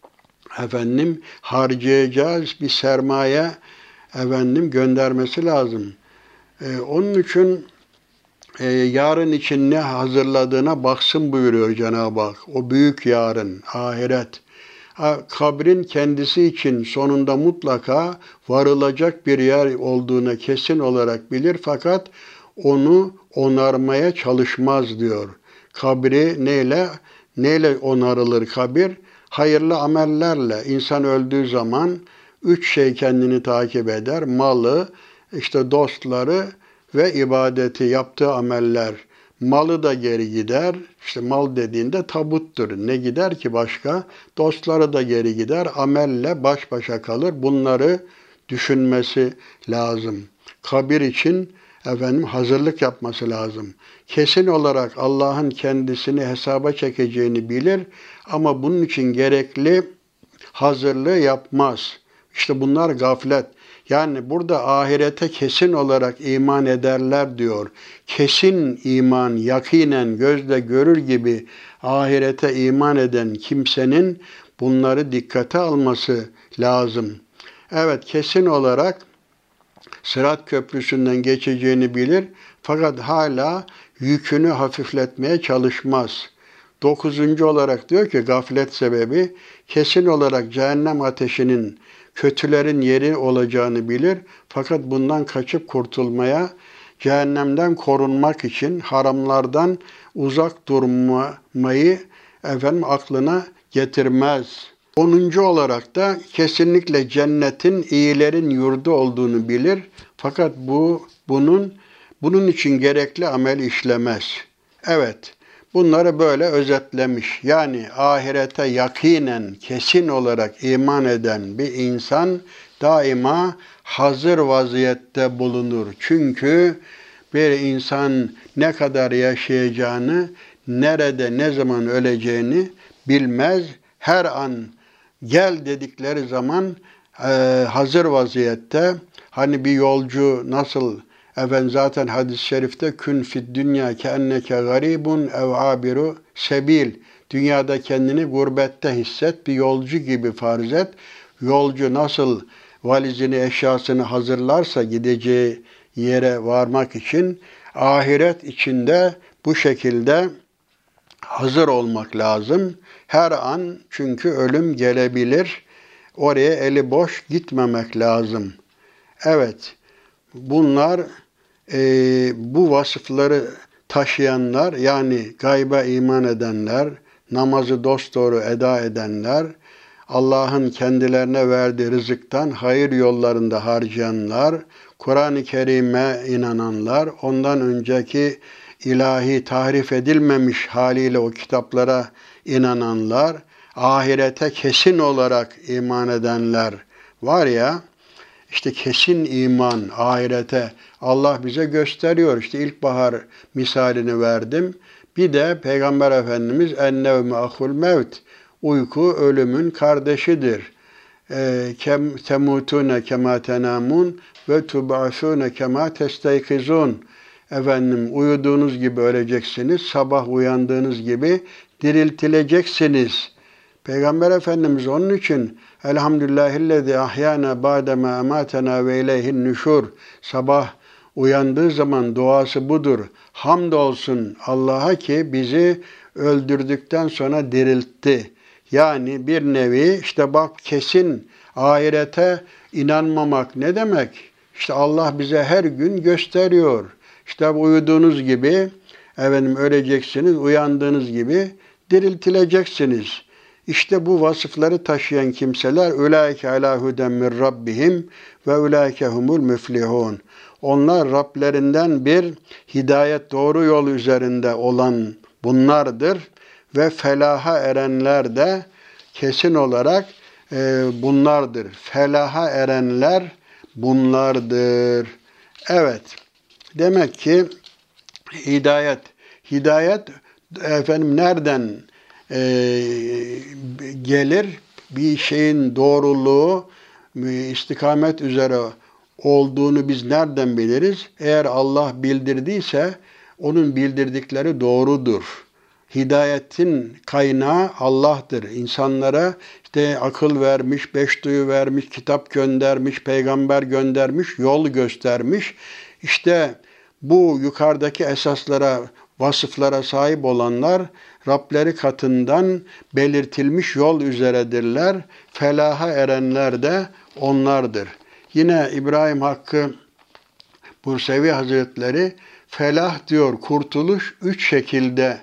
harcayacağız bir sermaye göndermesi lazım. Onun için yarın için ne hazırladığına baksın buyuruyor Cenab-ı Hak. O büyük yarın, ahiret. kabrin kendisi için sonunda mutlaka varılacak bir yer olduğunu kesin olarak bilir fakat onu onarmaya çalışmaz diyor. Kabri neyle onarılır kabir? Hayırlı amellerle. İnsan öldüğü zaman 3 şey kendini takip eder. Malı, işte dostları ve ibadeti, yaptığı ameller. Malı da geri gider. İşte mal dediğinde tabuttur. Ne gider ki başka? Dostları da geri gider. Amelle baş başa kalır. Bunları düşünmesi lazım. Kabir için hazırlık yapması lazım. Kesin olarak Allah'ın kendisini hesaba çekeceğini bilir ama bunun için gerekli hazırlığı yapmaz. İşte bunlar gaflet. Yani burada ahirete kesin olarak iman ederler diyor. Kesin iman, yakinen gözle görür gibi ahirete iman eden kimsenin bunları dikkate alması lazım. Evet, kesin olarak Sırat Köprüsü'nden geçeceğini bilir fakat hala yükünü hafifletmeye çalışmaz. 9. olarak diyor ki gaflet sebebi kesin olarak cehennem ateşinin kötülerin yeri olacağını bilir fakat bundan kaçıp kurtulmaya, cehennemden korunmak için haramlardan uzak durmayı aklına getirmez. 10. olarak da kesinlikle cennetin iyilerin yurdu olduğunu bilir. Fakat bunun için gerekli amel işlemez. Evet, bunları böyle özetlemiş. Yani ahirete yakinen, kesin olarak iman eden bir insan daima hazır vaziyette bulunur. Çünkü bir insan ne kadar yaşayacağını, nerede, ne zaman öleceğini bilmez. Her an gel dedikleri zaman hazır vaziyette. Hani bir yolcu nasıl zaten hadis-i şerifte kün fid dünya keenneke garibun ev abiru sebil. Dünyada kendini gurbette hisset, bir yolcu gibi farz et. Yolcu nasıl valizini, eşyasını hazırlarsa gideceği yere varmak için ahiret içinde bu şekilde hazır olmak lazım. Her an çünkü ölüm gelebilir. Oraya eli boş gitmemek lazım. Evet, bunlar bu vasıfları taşıyanlar yani gayba iman edenler, namazı dosdoğru eda edenler, Allah'ın kendilerine verdiği rızıktan hayır yollarında harcayanlar, Kur'an-ı Kerim'e inananlar, ondan önceki ilahi tahrif edilmemiş haliyle o kitaplara inananlar, ahirete kesin olarak iman edenler var ya, işte kesin iman ahirete Allah bize gösteriyor. İşte ilkbahar misalini verdim. Bir de Peygamber Efendimiz ennevme ahul mevt. Uyku ölümün kardeşidir. Temutune kema tenamun ve tub'asune kema testeykizun. Uyuduğunuz gibi öleceksiniz, sabah uyandığınız gibi diriltileceksiniz. Peygamber Efendimiz onun için elhamdülillahillezî ahyana ba'dema ematena ve ileyhin nüşur. Sabah uyandığı zaman duası budur. Hamdolsun Allah'a ki bizi öldürdükten sonra diriltti. Yani bir nevi işte bak kesin ahirete inanmamak ne demek? İşte Allah bize her gün gösteriyor. İşte uyuduğunuz gibi öleceksiniz, uyandığınız gibi diriltileceksiniz. İşte bu vasıfları taşıyan kimseler ulaike ala huden min rabbihim ve ulaike humul müflihun. Onlar Rablerinden bir hidayet doğru yol üzerinde olan bunlardır ve felaha erenler de kesin olarak bunlardır. Felaha erenler bunlardır. Evet. Demek ki hidayet nereden gelir? Bir şeyin doğruluğu, istikamet üzere olduğunu biz nereden biliriz? Eğer Allah bildirdiyse onun bildirdikleri doğrudur. Hidayetin kaynağı Allah'tır. İnsanlara işte akıl vermiş, beş duyu vermiş, kitap göndermiş, peygamber göndermiş, yol göstermiş. İşte bu yukarıdaki esaslara, vasıflara sahip olanlar Rableri katından belirtilmiş yol üzeredirler. Felaha erenler de onlardır. Yine İbrahim Hakkı Bursevi Hazretleri felah diyor, kurtuluş 3 şekilde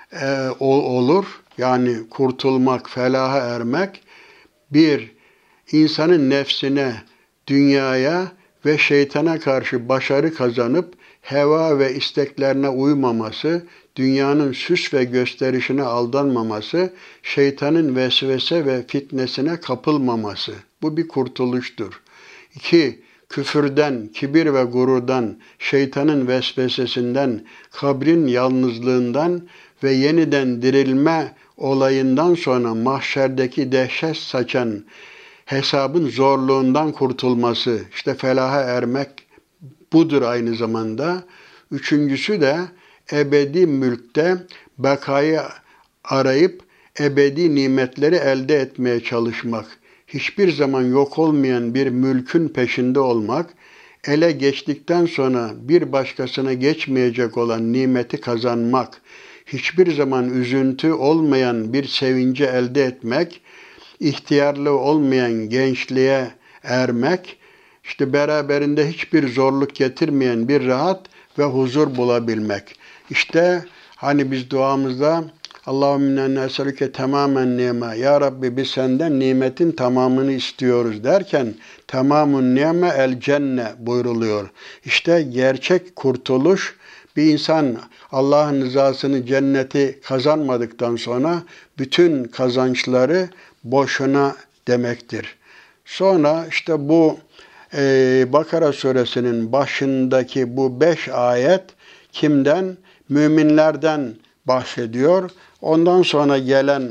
olur. Yani kurtulmak, felaha ermek. Bir, insanın nefsine, dünyaya ve şeytana karşı başarı kazanıp heva ve isteklerine uymaması, dünyanın süs ve gösterişine aldanmaması, şeytanın vesvese ve fitnesine kapılmaması. Bu bir kurtuluştur. 2. Küfürden, kibir ve gururdan, şeytanın vesvesesinden, kabrin yalnızlığından ve yeniden dirilme olayından sonra mahşerdeki dehşet saçan hesabın zorluğundan kurtulması, işte felaha ermek budur aynı zamanda. Üçüncüsü de ebedi mülkte bekayı arayıp ebedi nimetleri elde etmeye çalışmak. Hiçbir zaman yok olmayan bir mülkün peşinde olmak, ele geçtikten sonra bir başkasına geçmeyecek olan nimeti kazanmak, hiçbir zaman üzüntü olmayan bir sevinci elde etmek, ihtiyarlığı olmayan gençliğe ermek, işte beraberinde hiçbir zorluk getirmeyen bir rahat ve huzur bulabilmek. İşte hani biz duamızda Allahümme inna nes'eluke tamamen nime. Ya Rabbi biz senden nimetin tamamını istiyoruz derken tamamun nime el cenne buyruluyor. İşte gerçek kurtuluş bir insan Allah'ın rızasını, cenneti kazanmadıktan sonra bütün kazançları boşuna demektir. Sonra işte bu Bakara suresinin başındaki bu 5 ayet kimden? Müminlerden bahsediyor. Ondan sonra gelen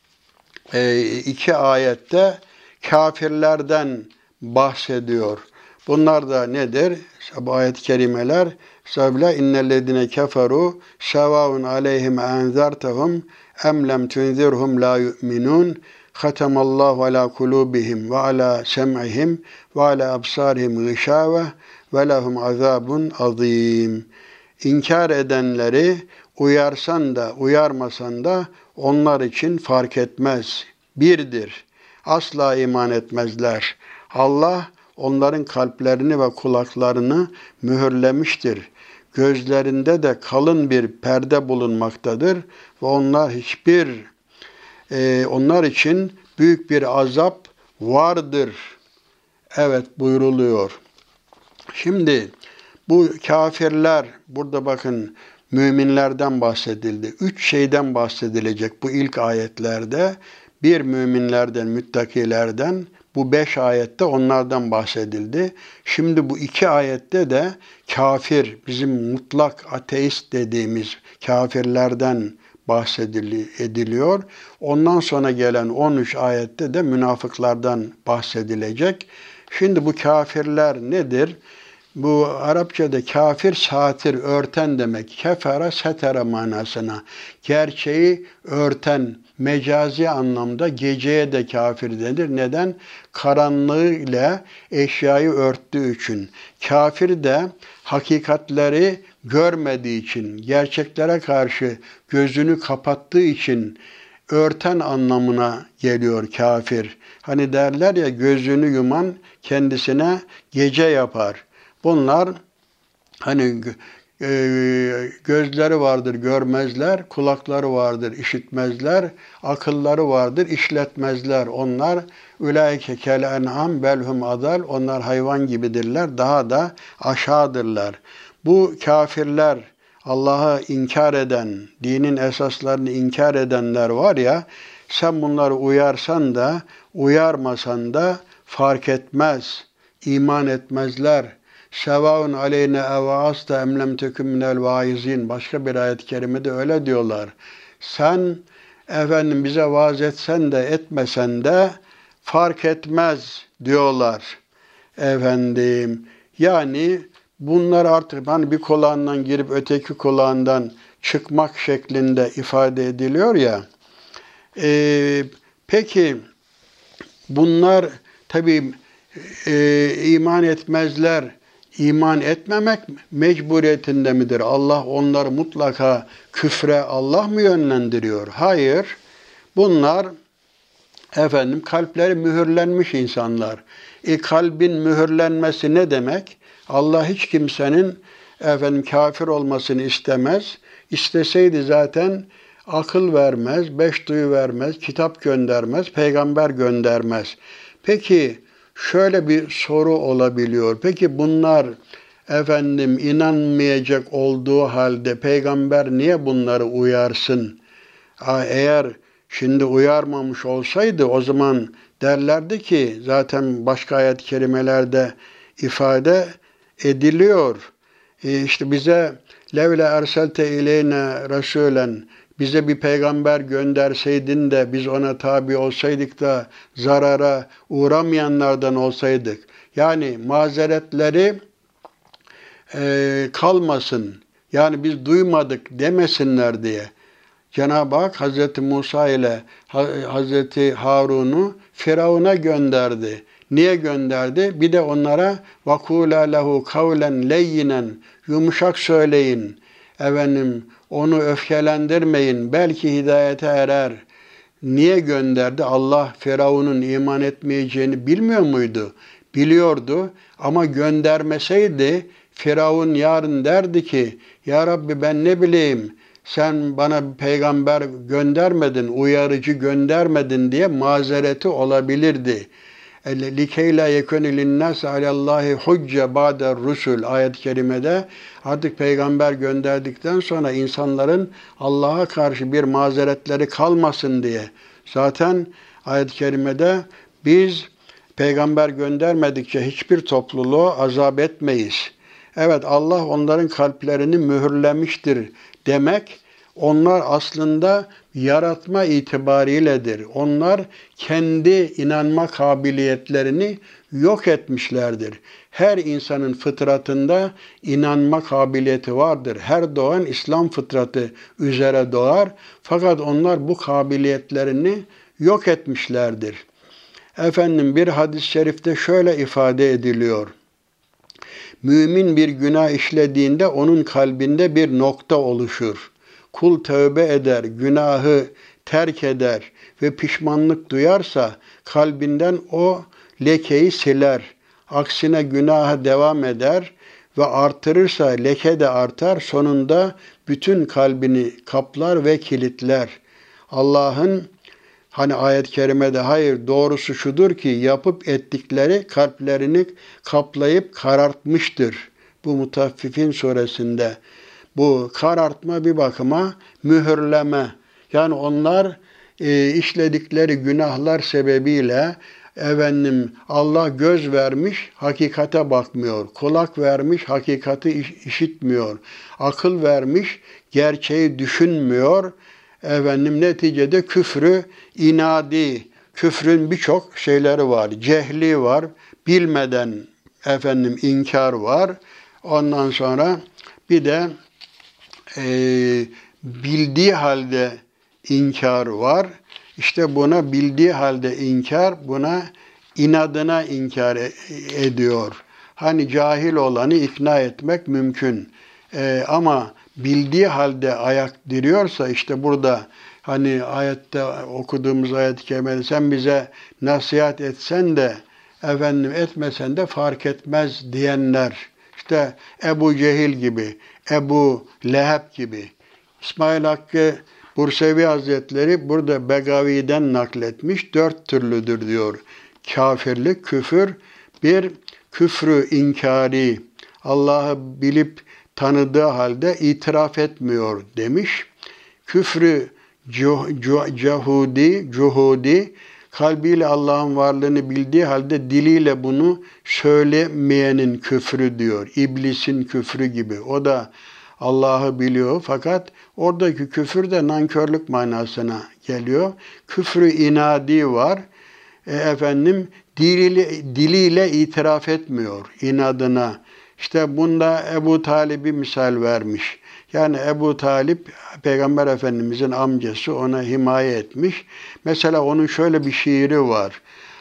2 ayette kafirlerden bahsediyor. Bunlar da nedir? Bu ayet-i kerimeler Sabla innellezine keferu sevaun aleyhim enzertehum em lem tunzirhum la yu'minun Hatamallahu ala kulubihim ve ala sem'ihim ve ala absarihim gışave ve lehum azabun azim. İnkar edenleri uyarsan da uyarmasan da onlar için fark etmez. Birdir. Asla iman etmezler. Allah onların kalplerini ve kulaklarını mühürlemiştir. Gözlerinde de kalın bir perde bulunmaktadır ve onlar için büyük bir azap vardır. Evet buyruluyor. Şimdi bu kafirler, burada bakın müminlerden bahsedildi. 3 şeyden bahsedilecek bu ilk ayetlerde. Bir müminlerden, müttakilerden, bu 5 ayette onlardan bahsedildi. Şimdi bu 2 ayette de kafir, bizim mutlak ateist dediğimiz kafirlerden bahsediliyor. Ondan sonra gelen 13 ayette de münafıklardan bahsedilecek. Şimdi bu kafirler nedir? Bu Arapçada kafir satir, örten demek. Kefere, setere manasına. Gerçeği örten, mecazi anlamda geceye de kafir denir. Neden? Karanlığıyla eşyayı örttüğü için. Kafir de hakikatleri görmediği için, gerçeklere karşı gözünü kapattığı için örten anlamına geliyor kafir. Hani derler ya gözünü yuman kendisine gece yapar. Bunlar hani gözleri vardır görmezler, kulakları vardır işitmezler, akılları vardır işletmezler. Onlar ulaike kel en'am belhum adal. Onlar hayvan gibidirler, daha da aşağıdırlar. Bu kafirler, Allah'ı inkar eden, dinin esaslarını inkar edenler var ya, sen bunları uyarsan da, uyarmasan da fark etmez, iman etmezler. Sevaun aleyne evâasta emlem teküm minel vaizin. Başka bir ayet-i kerimede öyle diyorlar. Sen efendim bize vaaz etsen de etmesen de fark etmez diyorlar. Efendim yani bunlar artık hani bir kulağından girip öteki kulağından çıkmak şeklinde ifade ediliyor ya. Peki bunlar tabii iman etmezler. iman etmemek mecburiyetinde midir? Allah onları mutlaka küfre Allah mı yönlendiriyor? Hayır. Bunlar kalpleri mühürlenmiş insanlar. Kalbin mühürlenmesi ne demek? Allah hiç kimsenin kafir olmasını istemez. İsteseydi zaten akıl vermez, beş duyu vermez, kitap göndermez, peygamber göndermez. Peki şöyle bir soru olabiliyor. Peki bunlar inanmayacak olduğu halde peygamber niye bunları uyarsın? Eğer şimdi uyarmamış olsaydı o zaman derlerdi ki zaten başka ayet-i kerimelerde ifade ediliyor. İşte bize levle erselte ileyne rasûlen, bize bir peygamber gönderseydin de biz ona tabi olsaydık da zarara uğramayanlardan olsaydık. Yani mazeretleri kalmasın. Yani biz duymadık demesinler diye. Cenab-ı Hak Hazreti Musa ile Hazreti Harun'u Firavun'a gönderdi. Niye gönderdi? Bir de onlara وَقُولَا لَهُ قَوْلًا لَيِّنًا, yumuşak söyleyin. Onu öfkelendirmeyin. Belki hidayete erer. Niye gönderdi? Allah Firavun'un iman etmeyeceğini bilmiyor muydu? Biliyordu ama göndermeseydi Firavun yarın derdi ki ya Rabbi ben ne bileyim sen bana peygamber göndermedin, uyarıcı göndermedin diye mazereti olabilirdi. لِكَيْ لَا يَكُنِ لِلنَّاسِ عَلَى اللّٰهِ حُجَّ بَعْدَ الرُّسُلِ ayet-i kerimede artık peygamber gönderdikten sonra insanların Allah'a karşı bir mazeretleri kalmasın diye. Zaten ayet-i kerimede biz peygamber göndermedikçe hiçbir topluluğu azap etmeyiz. Evet Allah onların kalplerini mühürlemiştir demek, onlar aslında yaratma itibariyledir. Onlar kendi inanma kabiliyetlerini yok etmişlerdir. Her insanın fıtratında inanma kabiliyeti vardır. Her doğan İslam fıtratı üzere doğar. Fakat onlar bu kabiliyetlerini yok etmişlerdir. Bir hadis-i şerifte şöyle ifade ediliyor. Mümin bir günah işlediğinde onun kalbinde bir nokta oluşur. Kul tövbe eder, günahı terk eder ve pişmanlık duyarsa kalbinden o lekeyi siler. Aksine günaha devam eder ve artırırsa leke de artar. Sonunda bütün kalbini kaplar ve kilitler. Allah'ın ayet-i kerimede hayır doğrusu şudur ki yapıp ettikleri kalplerini kaplayıp karartmıştır. Bu Mutaffifin suresinde. Bu karartma bir bakıma mühürleme. Yani onlar işledikleri günahlar sebebiyle Allah göz vermiş, hakikate bakmıyor. Kulak vermiş, hakikati işitmiyor. Akıl vermiş, gerçeği düşünmüyor. Neticede küfrü inadi, küfrün birçok şeyleri var. Cehli var, bilmeden inkar var. Ondan sonra bir de bildiği halde inkar var. İşte buna bildiği halde inkar, buna inadına inkar ediyor. Cahil olanı ikna etmek mümkün. Ama bildiği halde ayak diriyorsa işte burada ayette okuduğumuz ayet-i kerimede sen bize nasihat etsen de etmesen de fark etmez diyenler. İşte Ebu Cehil gibi, Ebu Leheb gibi. İsmail Hakkı Bursevi Hazretleri burada Begavi'den nakletmiş. 4 türlüdür diyor. Kafirlik, küfür, bir küfrü inkari, Allah'ı bilip tanıdığı halde itiraf etmiyor demiş. Küfrü cuhudi, kalbiyle Allah'ın varlığını bildiği halde diliyle bunu söylemeyenin küfrü diyor. İblisin küfrü gibi. O da Allah'ı biliyor fakat oradaki küfür de nankörlük manasına geliyor. Küfrü inadi var. Diliyle itiraf etmiyor inadına. İşte bunda Ebu Talib'i misal vermiş. Yani Ebu Talip Peygamber Efendimizin amcası, ona himaye etmiş. Mesela onun şöyle bir şiiri var.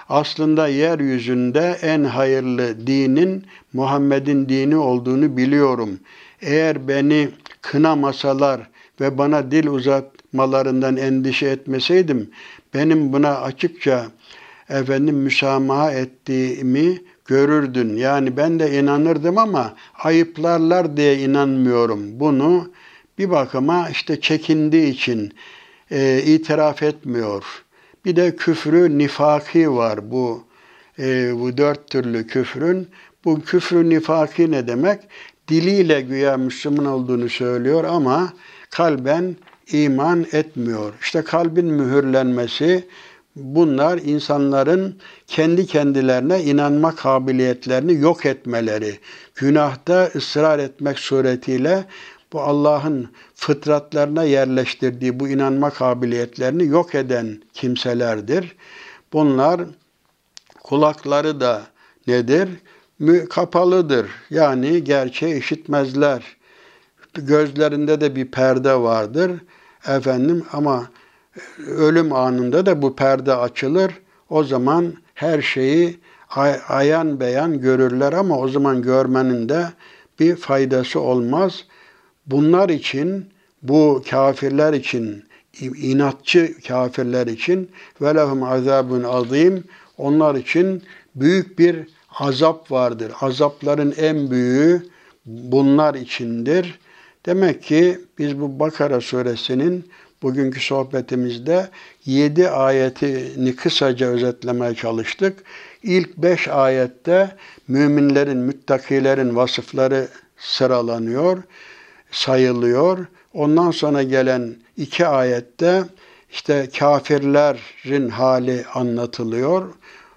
aslında yeryüzünde en hayırlı dinin Muhammed'in dini olduğunu biliyorum. Eğer beni kınamasalar ve bana dil uzatmalarından endişe etmeseydim, benim buna açıkça müsamaha ettiğimi görürdün. Yani ben de inanırdım ama ayıplarlar diye inanmıyorum. Bunu bir bakıma işte çekindiği için itiraf etmiyor. Bir de küfrü nifaki var bu dört türlü küfrün. Bu küfrü nifaki ne demek? Diliyle güya Müslüman olduğunu söylüyor ama kalben iman etmiyor. İşte kalbin mühürlenmesi, bunlar insanların kendi kendilerine inanma kabiliyetlerini yok etmeleri, günahta ısrar etmek suretiyle bu Allah'ın fıtratlarına yerleştirdiği bu inanma kabiliyetlerini yok eden kimselerdir. Bunlar kulakları da nedir? Kapalıdır. Yani gerçeği işitmezler. Gözlerinde de bir perde vardır. Ama ölüm anında da bu perde açılır. O zaman her şeyi ayan beyan görürler ama o zaman görmenin de bir faydası olmaz. Bunlar için, bu kafirler için, inatçı kafirler için ve lehum azabun azim, onlar için büyük bir azap vardır. Azapların en büyüğü bunlar içindir. Demek ki biz bu Bakara suresinin bugünkü sohbetimizde 7 ayetini kısaca özetlemeye çalıştık. İlk 5 ayette müminlerin, müttakilerin vasıfları sıralanıyor, sayılıyor. Ondan sonra gelen 2 ayette işte kafirlerin hali anlatılıyor.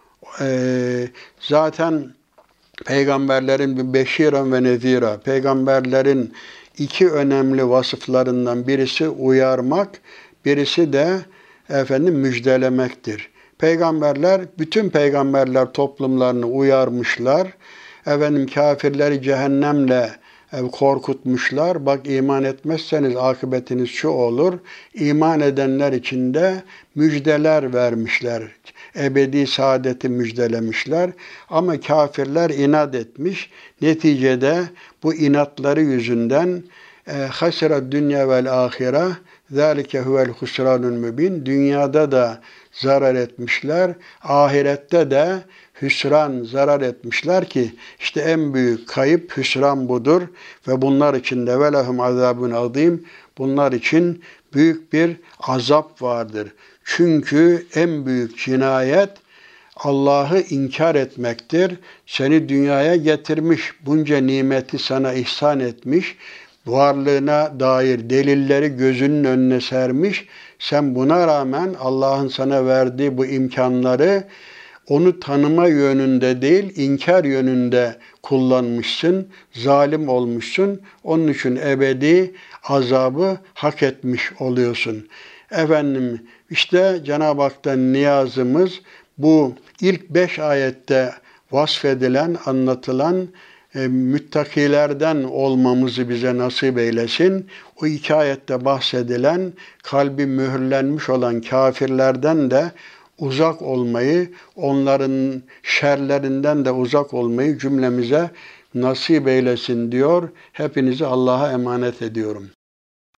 Zaten peygamberlerin beşiren ve nezira, peygamberlerin 2 önemli vasıflarından birisi uyarmak, birisi de müjdelemektir. Bütün peygamberler toplumlarını uyarmışlar. Kafirleri cehennemle korkutmuşlar. Bak iman etmezseniz akıbetiniz şu olur. İman edenler için de müjdeler vermişler. Ebedi saadeti müjdelemişler. Ama kafirler inat etmiş. Neticede bu inatları yüzünden hasira dünya vel ahire zâlike huvel husranul mübin. Dünyada da zarar etmişler. Ahirette de hüsran, zarar etmişler ki işte en büyük kayıp hüsran budur ve bunlar için de velehum azabun azim, bunlar için büyük bir azap vardır. Çünkü en büyük cinayet Allah'ı inkar etmektir. Seni dünyaya getirmiş, bunca nimeti sana ihsan etmiş, varlığına dair delilleri gözünün önüne sermiş. Sen buna rağmen Allah'ın sana verdiği bu imkanları onu tanıma yönünde değil, inkar yönünde kullanmışsın, zalim olmuşsun. Onun için ebedi azabı hak etmiş oluyorsun. İşte Cenab-ı Hak'tan niyazımız bu ilk 5 ayette vasfedilen, anlatılan müttakilerden olmamızı bize nasip eylesin. O 2 ayette bahsedilen kalbi mühürlenmiş olan kafirlerden de uzak olmayı, onların şerlerinden de uzak olmayı cümlemize nasip eylesin diyor. Hepinizi Allah'a emanet ediyorum.